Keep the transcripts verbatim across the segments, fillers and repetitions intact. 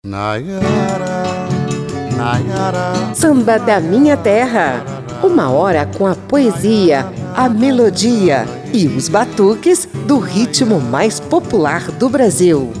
Nayara, Nayara. Samba da Minha Terra. Uma hora com a poesia, a melodia e os batuques do ritmo mais popular do Brasil.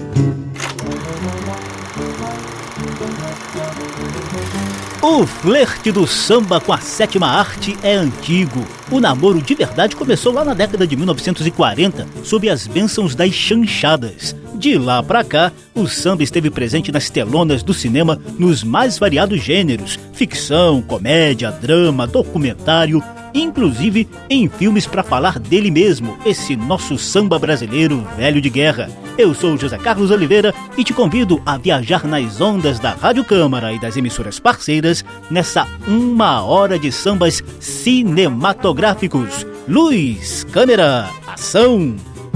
O flerte do samba com a sétima arte é antigo. O namoro de verdade começou lá na década de mil novecentos e quarenta, sob as bênçãos das chanchadas. De lá pra cá, o samba esteve presente nas telonas do cinema nos mais variados gêneros: ficção, comédia, drama, documentário, inclusive em filmes para falar dele mesmo, esse nosso samba brasileiro velho de guerra. Eu sou José Carlos Oliveira e te convido a viajar nas ondas da Rádio Câmara e das emissoras parceiras nessa uma hora de sambas cinematográficos. Luz, câmera, ação!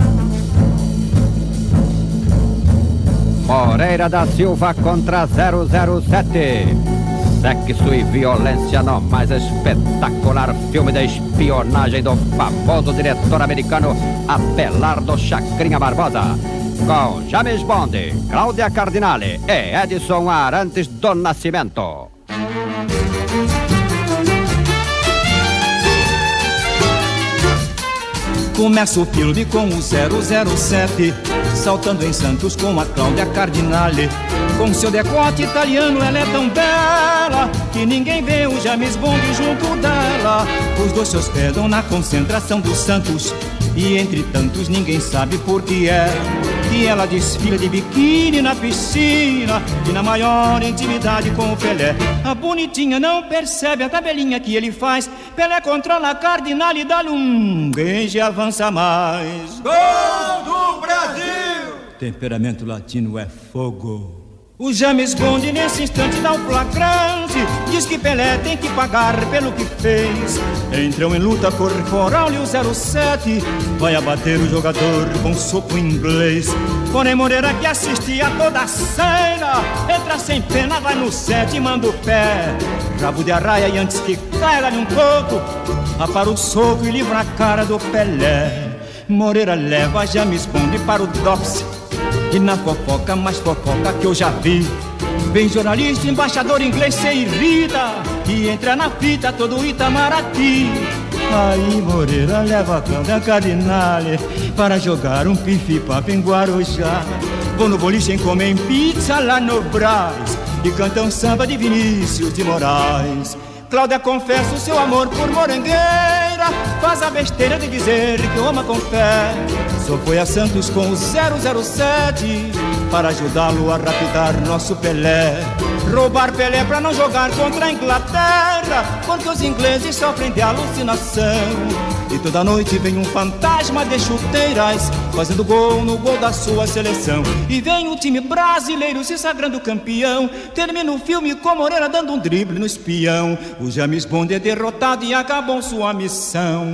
Moreira da Silva contra zero zero sete. Sexo e violência no mais espetacular filme de espionagem do famoso diretor americano Abelardo Chacrinha Barbosa, com James Bond, Cláudia Cardinale e Edson Arantes do Nascimento. Começa o filme com o zero zero sete, saltando em Santos com a Cláudia Cardinale. Com seu decote italiano ela é tão bela que ninguém vê o James Bond junto dela. Os dois se hospedam na concentração dos Santos e entre tantos ninguém sabe por que é que ela desfila de biquíni na piscina e na maior intimidade com o Pelé. A bonitinha não percebe a tabelinha que ele faz. Pelé controla a Cardinale e dá-lhe um beijo e avança mais. Gol do Brasil! Temperamento latino é fogo. O James Bond nesse instante dá o flagrante, diz que Pelé tem que pagar pelo que fez. Entram em luta corporal e o zero sete vai abater o jogador com soco inglês. Porém Moreira, que assistia toda a cena, entra sem pena, vai no sete e manda o pé. Rabo de arraia e antes que caia-lhe um coco, apara o soco e livra a cara do Pelé. Moreira leva James Bond para o Dops e na fofoca, mais fofoca que eu já vi, vem jornalista, embaixador inglês se irrita e entra na fita todo o Itamaraty. Aí Moreira leva a Cláudia Cardinale para jogar um pife-papo em Guarujá. Vão no boliche, comem pizza lá no Brás e cantam samba de Vinícius de Moraes. Cláudia confessa o seu amor por Morangueira, faz a besteira de dizer que o ama com fé. Só foi a Santos com o zero zero sete para ajudá-lo a rapidar nosso Pelé. Roubar Pelé pra não jogar contra a Inglaterra, porque os ingleses sofrem de alucinação. E toda noite vem um fantasma de chuteiras fazendo gol no gol da sua seleção. E vem o time brasileiro se sagrando campeão. Termina o filme com Moreira dando um drible no espião. O James Bond é derrotado e acabou sua missão.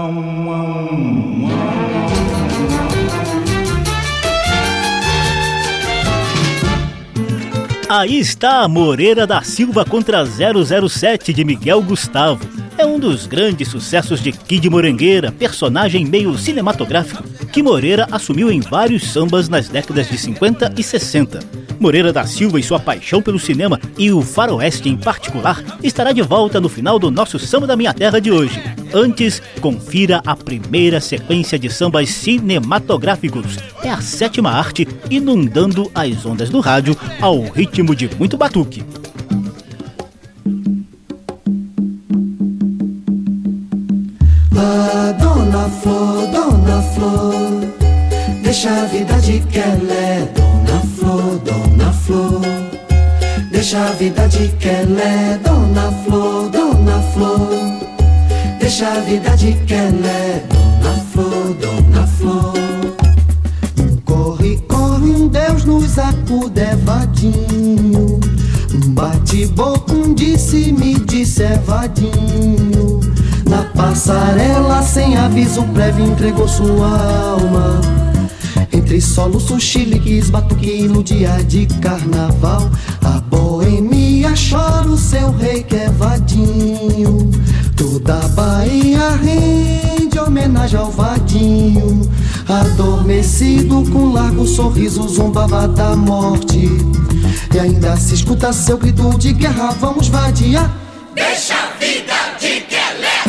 Aí está a Moreira da Silva contra zero zero sete de Miguel Gustavo. É um dos grandes sucessos de Kid Morangueira, personagem meio cinematográfico que Moreira assumiu em vários sambas nas décadas de cinquenta e sessenta. Moreira da Silva e sua paixão pelo cinema e o faroeste em particular estará de volta no final do nosso Samba da Minha Terra de hoje. Antes, confira a primeira sequência de sambas cinematográficos. É a sétima arte inundando as ondas do rádio ao ritmo de muito batuque. Ah, Dona Flor, Dona Flor, deixa a vida de Quelé. Dona Flor, Dona Flor, deixa a vida de Quelé. Dona Flor, Dona Flor, deixa a vida de Quelé. Dona Flor, Dona Flor. Corre, corre, um Deus nos acuda, é vadinho. Um bate-boca, um disse-me, disse, é vadinho. Na passarela, sem aviso prévio, entregou sua alma. Entre soluços, chiliques, batuque no dia de carnaval. A boemia chora o seu rei que é vadinho. Toda a Bahia rende homenagem homenagem ao vadinho. Adormecido com largo sorriso zombava da morte. E ainda se escuta seu grito de guerra, vamos vadiar. Deixa a vida de Quelé.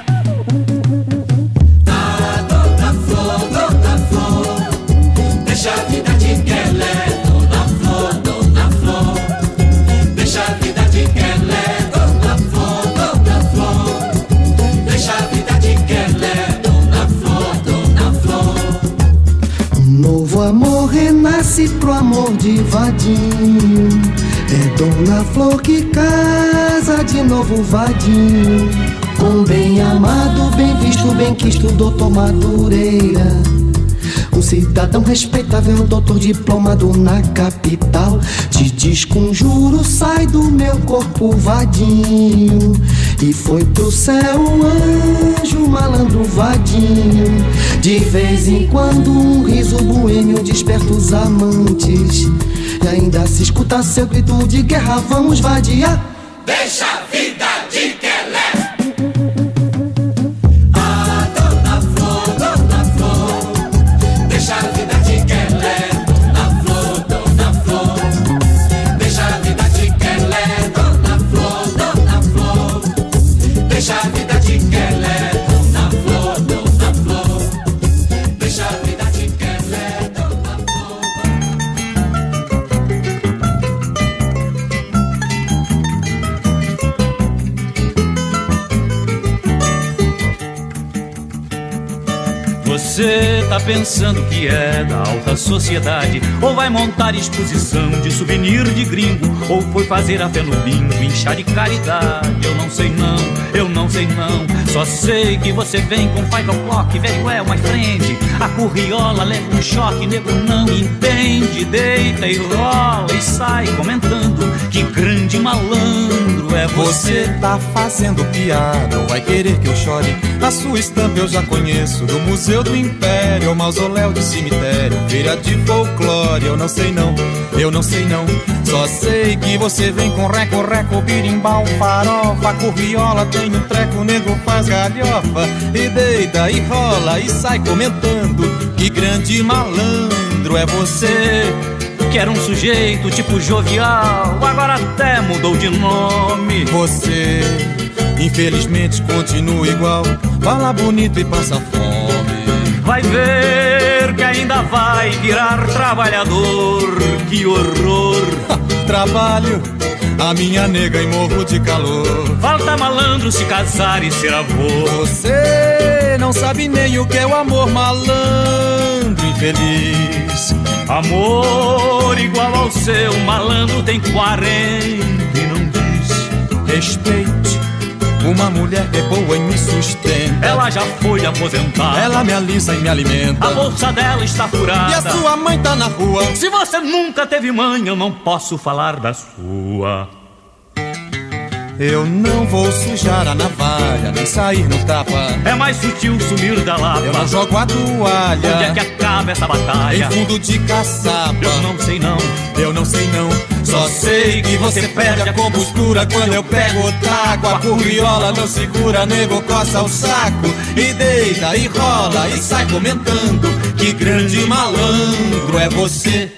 Ah, dona Flor, dona Flor, deixa a vida de Quelé. Dona Flor, dona Flor, deixa a vida de Quelé. Dona Flor, dona Flor, deixa a vida de Quelé. Dona Flor, dona Flor. Um novo amor renasce pro amor de vadinho. É Dona Flor que casa de novo vadinho. Com bem amado, bem visto, bem quisto, doutor Madureira. Um cidadão respeitável, doutor diplomado na capital. Te desconjuro, sai do meu corpo vadinho. E foi pro céu um anjo, malandro vadinho. De vez em quando um riso boêmio desperta os amantes. E ainda se escuta seu grito de guerra, vamos vadiar. Deixa a vida de Quelé. Ah, Dona Flor, Dona Flor, deixa a vida de Quelé. Dona Flor, Dona Flor, deixa a vida de Quelé. Dona Flor, Dona Flor, deixa a vida de Quelé. Dona Flor, Dona Flor, deixa a vida de Quelé. Dona Flor. Você tá pensando que é da alta sociedade, ou vai montar exposição de souvenir de gringo, ou foi fazer a fé no bingo, inchar de caridade. Eu não sei não, eu não sei não. Só sei que você vem com five o'clock, velho é uma frente. A curriola leva um choque, nego não entende. Deita e rola e sai comentando que grande malandro é você. Você tá fazendo piada ou vai querer que eu chore? A sua estampa eu já conheço, do Museu do Império, mausoléu de cemitério, feira de folclore. Eu não sei não, eu não sei não. Só sei que você vem com reco-reco, birimbau, farofa, curriola, tem um treco, nego faz galhofa. E deita e rola e sai comentando que grande malandro é você. Que era um sujeito tipo jovial, agora até mudou de nome. Você, infelizmente, continua igual, fala bonito e passa fome. Vai ver que ainda vai virar trabalhador, que horror. Trabalho, a minha nega e morro de calor. Falta malandro se casar e ser avô. Você não sabe nem o que é o amor, malandro infeliz. Amor igual ao seu, malandro tem quarenta e não diz. Respeite, uma mulher que é boa e me sustenta. Ela já foi aposentada, ela me alisa e me alimenta. A bolsa dela está furada e a sua mãe tá na rua. Se você nunca teve mãe, eu não posso falar da sua. Eu não vou sujar a navalha, nem sair no tapa. É mais sutil sumir da lapa. Eu não jogo a toalha. Onde é que acaba essa batalha? Em fundo de caçapa. Eu não sei não, eu não sei não. Só sei que você perde a compostura quando eu pego o taco. A curriola não segura, nego coça o saco. E deita e rola e sai comentando que grande malandro é você.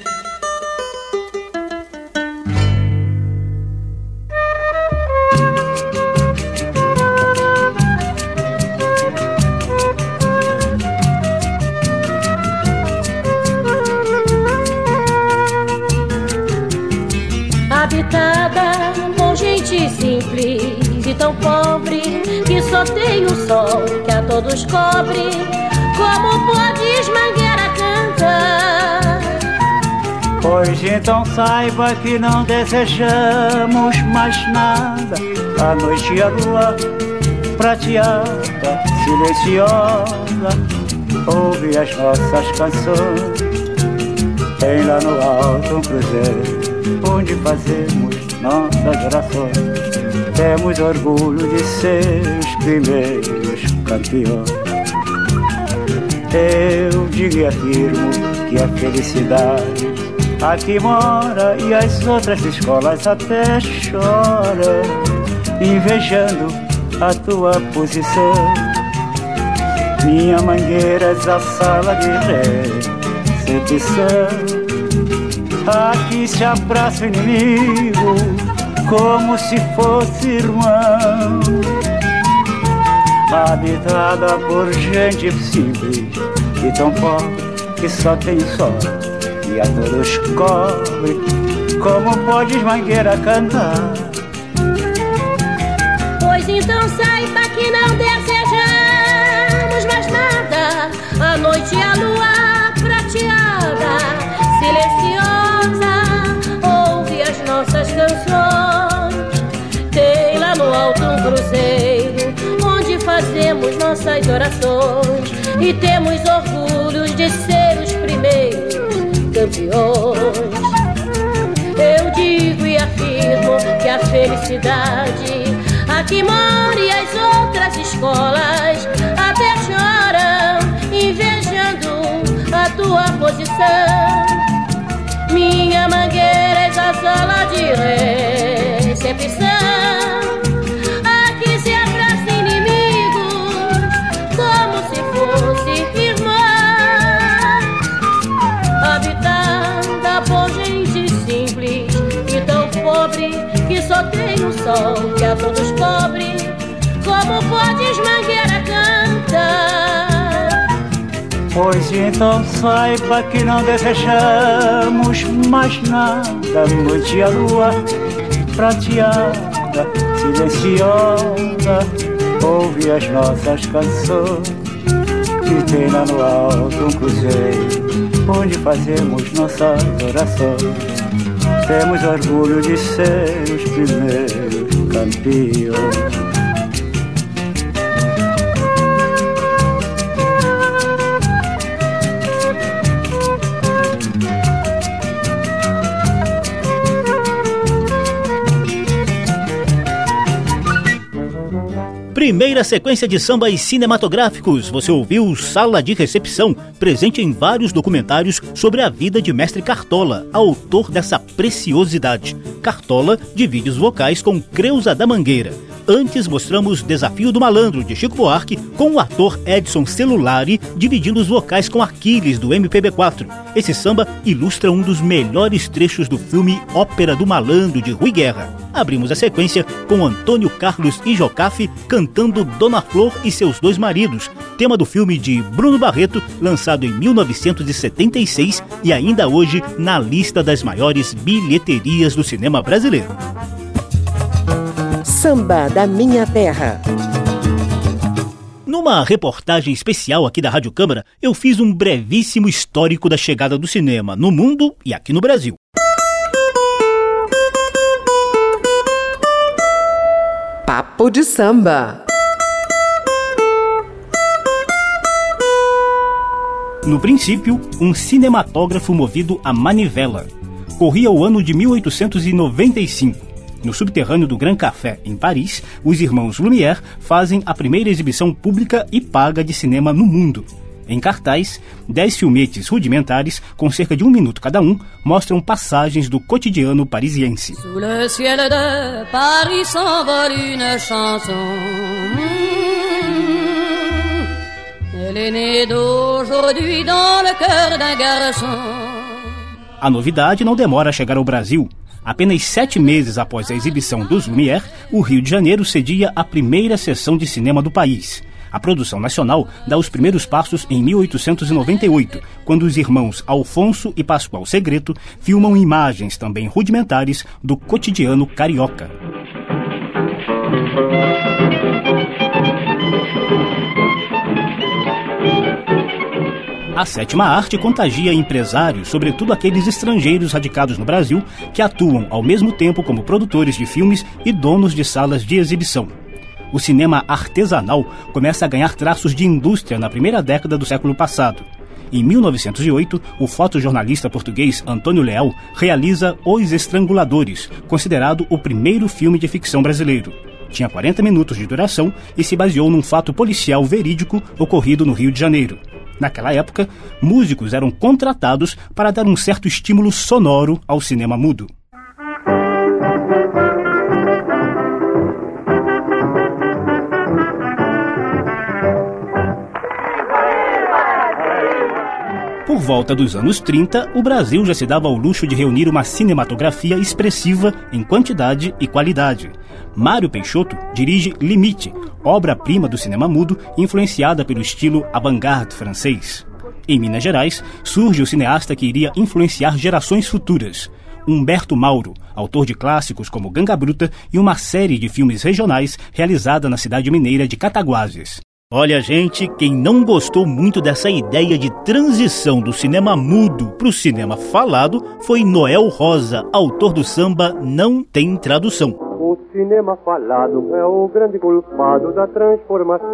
Habitada por gente simples e tão pobre, que só tem o sol que a todos cobre. Como podes, Mangueira, cantar? Pois então saiba que não desejamos mais nada. A noite e a lua prateada, silenciosa, ouve as nossas canções. Tem lá no alto um cruzeiro onde fazemos nossas orações. Temos orgulho de ser os primeiros campeões. Eu digo e afirmo que a felicidade aqui mora, e as outras escolas até choram, invejando a tua posição. Minha mangueira é a sala de recepção. Aqui se abraça o inimigo como se fosse irmão. Habitada por gente simples e tão pobre que só tem sol e a todos cobre. Como podes, mangueira, cantar? Pois então saiba que não desejamos mais nada. A noite e a lua prateada, silenciosa, ouve as nossas canções. Tem lá no alto um cruzeiro onde fazemos nossas orações e temos orgulhos de ser os primeiros campeões. Eu digo e afirmo que a felicidade aqui mora e as outras escolas até choram invejando a tua posição. Minha mangueira é a sala de recepção. Aqui se abraça inimigos como se fosse irmã. Habitada por gente simples e tão pobre que só tem um sol que a todos cobre. Como podes, mangueira, cantar? Pois então saiba que não desejamos mais nada. Noite e a lua prateada, silenciosa, ouve as nossas canções. E tem lá no alto um cruzeiro onde fazemos nossas orações. Temos orgulho de ser os primeiros campeões. Primeira sequência de sambas cinematográficos, você ouviu Sala de Recepção, presente em vários documentários sobre a vida de Mestre Cartola, autor dessa preciosidade. Cartola divide os vocais com Creuza da Mangueira. Antes mostramos Desafio do Malandro, de Chico Buarque, com o ator Edson Celulari dividindo os vocais com Aquiles, do M P B quatro. Esse samba ilustra um dos melhores trechos do filme Ópera do Malandro, de Rui Guerra. Abrimos a sequência com Antônio Carlos e Jocafe cantando Dona Flor e seus dois maridos, tema do filme de Bruno Barreto, lançado em mil novecentos e setenta e seis e ainda hoje na lista das maiores bilheterias do cinema brasileiro. Samba da Minha Terra. Numa reportagem especial aqui da Rádio Câmara, eu fiz um brevíssimo histórico da chegada do cinema no mundo e aqui no Brasil. Papo de samba. No princípio, um cinematógrafo movido a manivela. Corria o ano de mil oitocentos e noventa e cinco. No subterrâneo do Grand Café, em Paris, os irmãos Lumière fazem a primeira exibição pública e paga de cinema no mundo. Em cartaz, dez filmetes rudimentares, com cerca de um minuto cada um, mostram passagens do cotidiano parisiense. Sous le ciel de Paris s'envole une chanson. Elle est née d'aujourd'hui dans le cœur d'un garçon. A novidade não demora a chegar ao Brasil. Apenas sete meses após a exibição dos Lumière, o Rio de Janeiro cedia a primeira sessão de cinema do país. A produção nacional dá os primeiros passos em mil oitocentos e noventa e oito, quando os irmãos Alfonso e Pascoal Segreto filmam imagens também rudimentares do cotidiano carioca. A sétima arte contagia empresários, sobretudo aqueles estrangeiros radicados no Brasil, que atuam ao mesmo tempo como produtores de filmes e donos de salas de exibição. O cinema artesanal começa a ganhar traços de indústria na primeira década do século passado. Em mil novecentos e oito, o fotojornalista português Antônio Leal realiza Os Estranguladores, considerado o primeiro filme de ficção brasileiro. Tinha quarenta minutos de duração e se baseou num fato policial verídico ocorrido no Rio de Janeiro. Naquela época, músicos eram contratados para dar um certo estímulo sonoro ao cinema mudo. Por volta dos anos trinta, o Brasil já se dava ao luxo de reunir uma cinematografia expressiva em quantidade e qualidade. Mário Peixoto dirige Limite, obra-prima do cinema mudo influenciada pelo estilo avant-garde francês. Em Minas Gerais, surge o cineasta que iria influenciar gerações futuras, Humberto Mauro, autor de clássicos como Ganga Bruta e uma série de filmes regionais realizada na cidade mineira de Cataguases. Olha, gente, quem não gostou muito dessa ideia de transição do cinema mudo para o cinema falado foi Noel Rosa, autor do samba Não Tem Tradução. O cinema falado é o grande culpado da transformação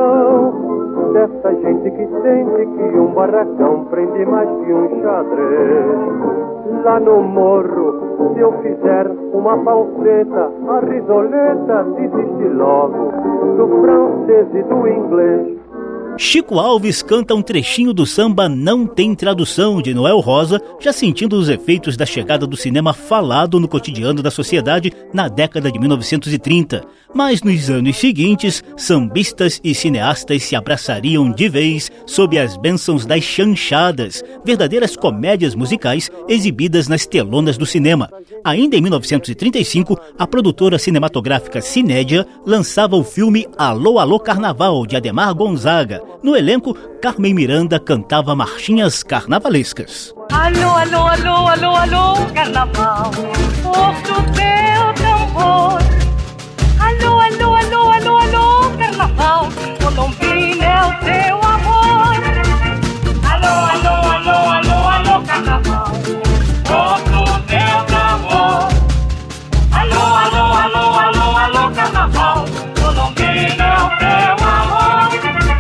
dessa gente que sente que um barracão prende mais que um xadrez. Lá no morro, se eu fizer uma falseta, a risoleta desiste logo do francês e do inglês. Chico Alves canta um trechinho do samba Não Tem Tradução, de Noel Rosa, já sentindo os efeitos da chegada do cinema falado no cotidiano da sociedade na década de mil novecentos e trinta. Mas nos anos seguintes, sambistas e cineastas se abraçariam de vez sob as bênçãos das chanchadas, verdadeiras comédias musicais exibidas nas telonas do cinema. Ainda em mil novecentos e trinta e cinco, a produtora cinematográfica Cinédia lançava o filme Alô, Alô Carnaval, de Ademar Gonzaga. No elenco, Carmen Miranda cantava marchinhas carnavalescas. Alô, alô, alô, alô, alô, carnaval, ouço o teu tambor. Alô, alô, alô, alô, alô, carnaval, Colombina é o teu amor. Alô, alô, alô, alô, alô, carnaval, ouço o teu tambor. Alô, alô, alô, alô, alô, carnaval, Colombina é o teu amor.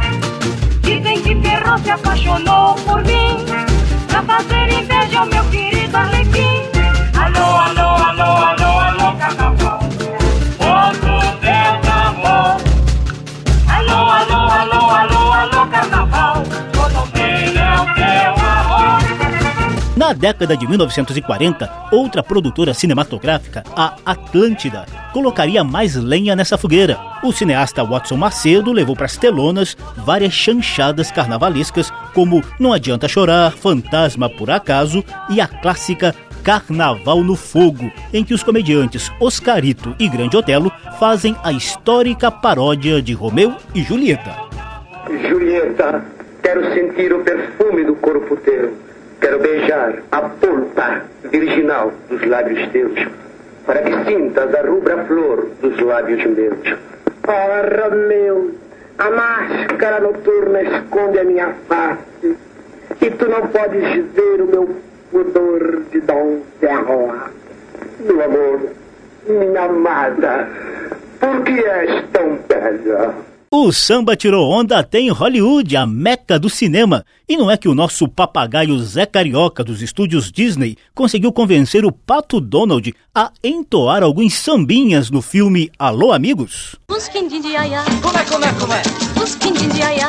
Dizem que Ferrão se apaixonou por mim, pra fazer inveja ao meu querido Arlequim. Alô, alô, alô, alô, alô, carnaval, outro teu amor. Alô, alô, alô, alô, alô, carnaval, Colombina é o teu amor. Na década de mil novecentos e quarenta, outra produtora cinematográfica, a Atlântida, colocaria mais lenha nessa fogueira. O cineasta Watson Macedo levou para as telonas várias chanchadas carnavalescas como Não Adianta Chorar, Fantasma por Acaso e a clássica Carnaval no Fogo, em que os comediantes Oscarito e Grande Otelo fazem a histórica paródia de Romeu e Julieta. Julieta, quero sentir o perfume do corpo teu, quero beijar a polpa virginal dos lábios teus, para que sintas a rubra flor dos lábios meus. Oh, Romeu, a máscara noturna esconde a minha face, e tu não podes ver o meu pudor de Dom Serra. Meu amor, minha amada, por que és tão bela? O samba tirou onda até em Hollywood, a meca do cinema. E não é que o nosso papagaio Zé Carioca dos estúdios Disney conseguiu convencer o Pato Donald a entoar alguns sambinhas no filme Alô, Amigos? Os quindim de aiá. Como é, como é, como é? Os quindim de aiá.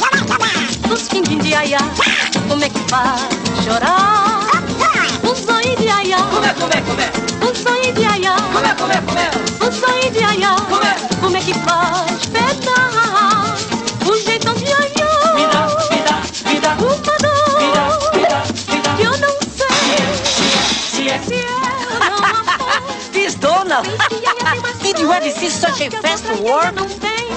Os quindim de aiá. Como é que faz chorar? Os zói de aiá. Como é, como é, como é? Os zói de aiá. Como é, como é, como é? Os zói de aiá. Como é? Como é que faz petar? O jeitão de aiá. Vida, vida, vida. Uma dor. Vida, vida, vida. Que eu não sei se é, se é não amor. This Donald. Did you ever see such a fast war? Não tem.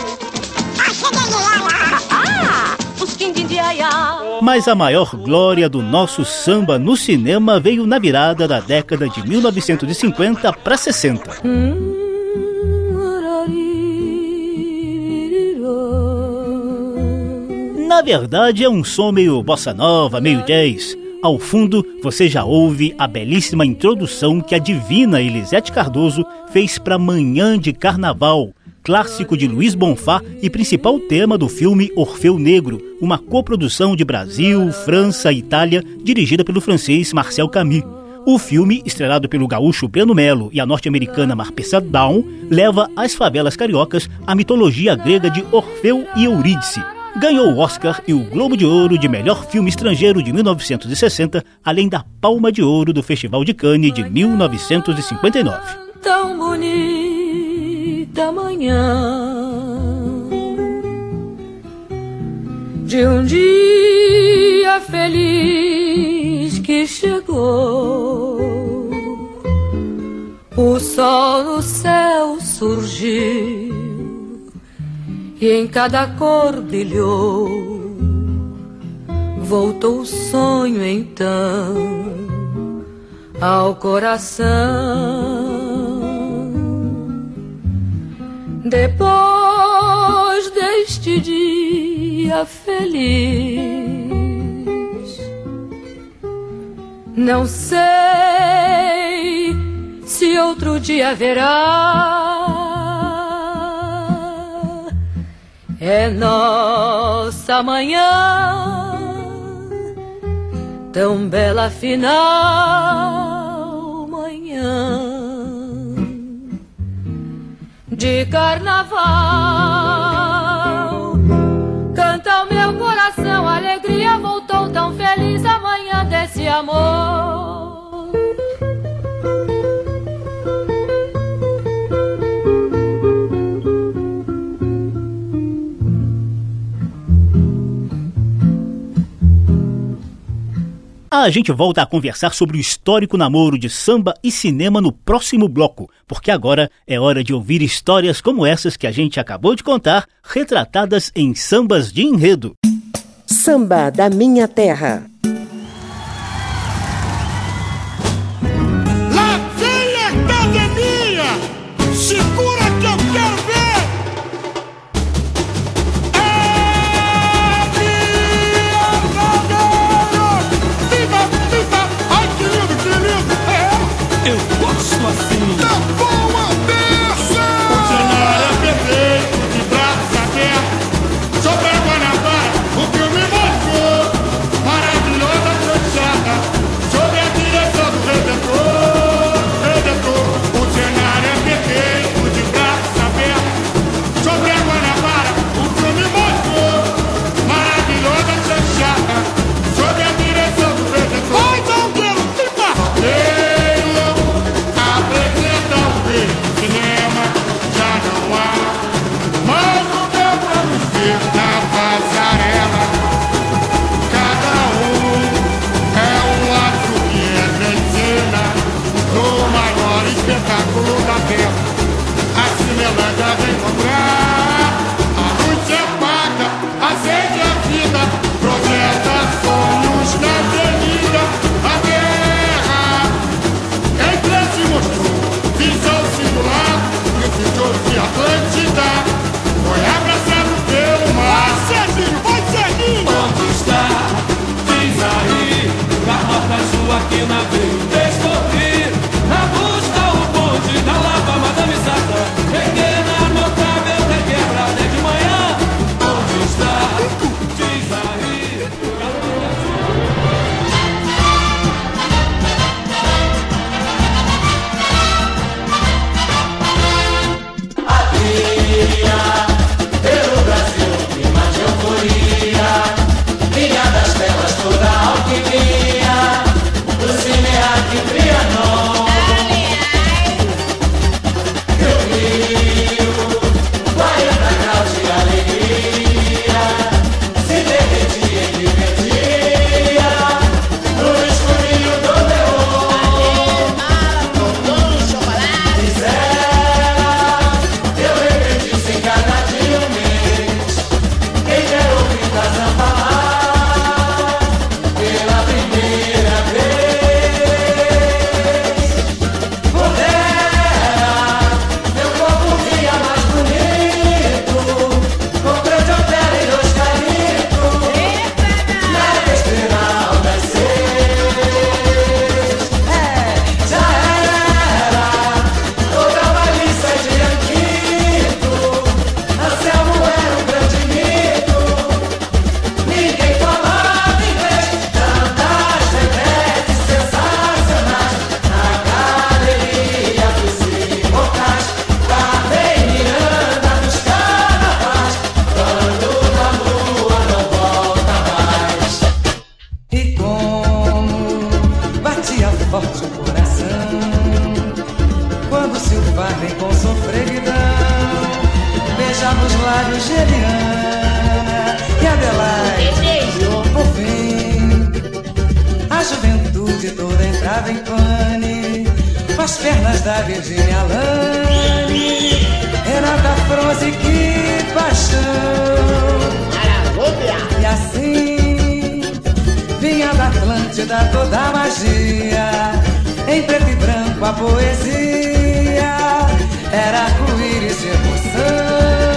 Ah, os quindim de aiá. Mas a maior glória do nosso samba no cinema veio na virada da década de mil novecentos e cinquenta para sessenta. Na verdade, é um som meio bossa nova, meio jazz. Ao fundo, você já ouve a belíssima introdução que a divina Elisete Cardoso fez para Manhã de Carnaval, clássico de Luiz Bonfá e principal tema do filme Orfeu Negro, uma coprodução de Brasil, França e Itália, dirigida pelo francês Marcel Camus. O filme, estrelado pelo gaúcho Breno Mello e a norte-americana Marpessa Dawn, leva às favelas cariocas a mitologia grega de Orfeu e Eurídice. Ganhou o Oscar e o Globo de Ouro de Melhor Filme Estrangeiro de mil novecentos e sessenta, além da Palma de Ouro do Festival de Cannes de mil novecentos e cinquenta e nove. Tão bonita manhã, de um dia feliz que chegou. O sol no céu surgiu e em cada cor brilhou. Voltou o sonho então ao coração. Depois deste dia feliz, não sei se outro dia haverá. É nossa manhã, tão bela final, manhã de carnaval. Canta o meu coração, a alegria voltou tão feliz, amanhã desse amor. A gente volta a conversar sobre o histórico namoro de samba e cinema no próximo bloco, porque agora é hora de ouvir histórias como essas que a gente acabou de contar, retratadas em sambas de enredo. Samba da Minha Terra. Lá vem a academia, segura que eu quero ver. Eu gosto assim. Tá boa dessa! O cenário é perfeito, de braços abertos. Sobre a Guanabara, o filme mostrou. Maravilhosa chanchada, sobre a direção do Redentor. Redentor. O cenário é perfeito, de braços abertos. Sobre a Guanabara, o filme mostrou. Maravilhosa chanchada, sobre a direção do Redentor. Vai, Salgueiro, fica! Cinema já não há mais um tempo pra nos ver na passarela. Cada um é um astro que entra em cena no maior espetáculo da terra. A Cinelândia vem cobrar, a luz é paga, acende a vida, projeta sonhos na avenida. A terra em que se mostrou visão singular, esse jogo de Atlântida foi abraçado pelo mar. Vai, Serginho, vai, Serginho! Onde está? Diz aí, garota Joaquina veio descobrir. Na busca o bonde da lava, Madame Sata, pequena, notável, requebrada de manhã. Onde está? Diz aí, pelo Brasil, clima de euforia, vinha das telas toda a alquimia, do cinearte Trianon. Rio Rio, quarenta graus de alegria, se derretia e divertia, no escurinho do neon. Bombom, chocolate, eu repeti sem cada dia um mês. Quem quer ouvir da Samba pela primeira vez? Modera, meu corpo via mais bonito, com grande hotel e dois canitos, na estrela das seis. Já era toda malícia de Anquito. Anselmo era um grande mito, ninguém falava inglês. Tantas revetes sensacionais na galeria dos imortais. Carmen Miranda dos carnavais, quando a lua não volta mais. E como batia forte o coração quando Silva vem com sofreguidão, beijava os lábios de Eliana e a Adelaide. Por fim, a juventude toda entrava em pane, com as pernas da Virginia Lane, Renata Fronze, que paixão. E assim vinha da Atlântida toda a magia, em preto e branco a poesia, era arco-íris de emoção.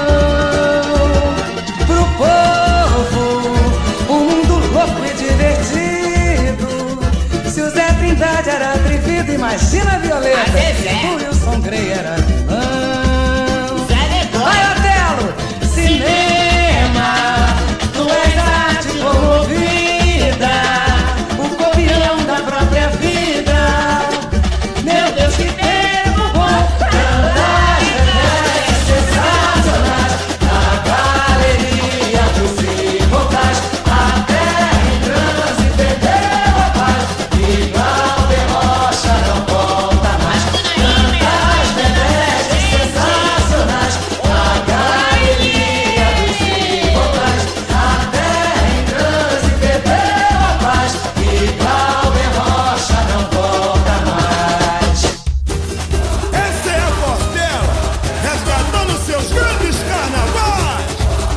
Pro povo, um mundo louco e divertido. Se o Zé Trindade era atrevido, imagina a Violeta. O Wilson Grey era vilão. Vai, Otelo! Cinema, tu és arte comovida, o copião da própria vida. Meu Deus, que tempo bom! Cantais, revelas sensacionais, a galeria dos imortais, a terra em transe perdeu a paz, e Glauber Rocha não volta mais. Cantais, revelas sensacionais, a galeria dos imortais, a terra em transe perdeu a paz, e Glauber Rocha não volta mais. Essa é a Portela, resgatando seus grandes carnavais.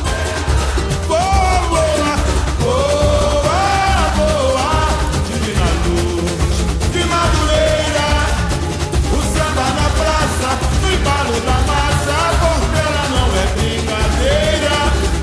Boa, boa, boa, boa, divina luz de Madureira, o samba na praça, no embalo da massa, a Portela não é brincadeira.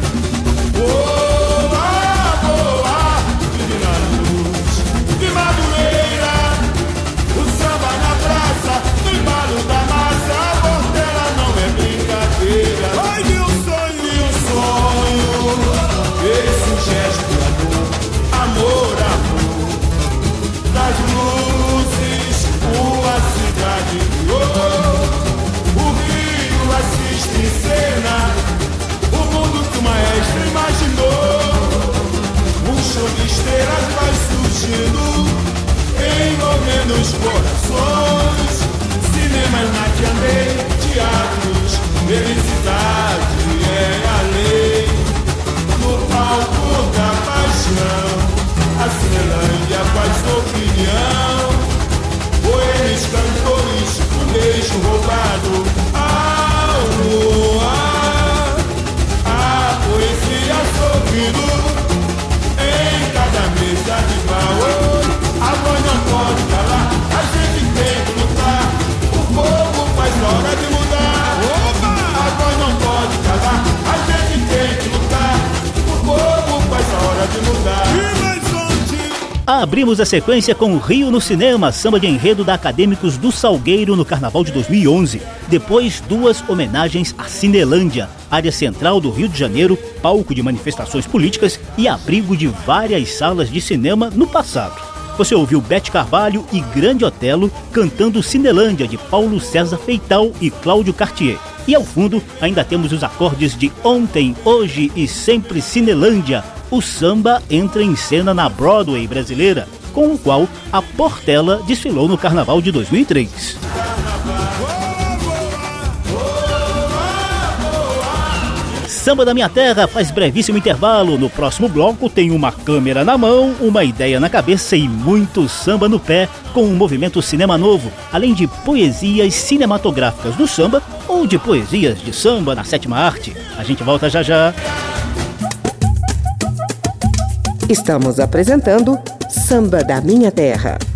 Boa, boa, divina luz de Madureira, o samba na praça, no embalo da massa, a Portela não é brincadeira. Ai, meu sonho, meu sonho, esse gesto de amor, amor, amor, das luzes, uma cidade criou, o Rio assiste em cena, o mundo que o maestro imaginou, um show de estrelas vai surgindo, envolvendo os corações, cinemas na Tiandei, teatros, felicidade é a lei, no palco da paixão, a Cinelândia faz opinião, poemas, cantores, um beijo roubado ao luar, a poesia sorrindo em cada mesa de bar. A voz não pode calar, a gente tem que lutar, o povo faz hora de mudar. A voz não pode calar, a gente tem que lutar, o povo faz hora de mudar. Abrimos a sequência com Rio no Cinema, samba de enredo da Acadêmicos do Salgueiro no Carnaval de dois mil e onze. Depois, duas homenagens à Cinelândia, área central do Rio de Janeiro, palco de manifestações políticas e abrigo de várias salas de cinema no passado. Você ouviu Bete Carvalho e Grande Otelo cantando Cinelândia, de Paulo César Feital e Cláudio Cartier. E ao fundo, ainda temos os acordes de Ontem, Hoje e Sempre Cinelândia. O samba entra em cena na Broadway brasileira, com o qual a Portela desfilou no Carnaval de dois mil e três. Samba da Minha Terra faz brevíssimo intervalo. No próximo bloco tem uma câmera na mão, uma ideia na cabeça e muito samba no pé, com o movimento Cinema Novo, além de poesias cinematográficas do samba ou de poesias de samba na sétima arte. A gente volta já já. Estamos apresentando Samba da Minha Terra.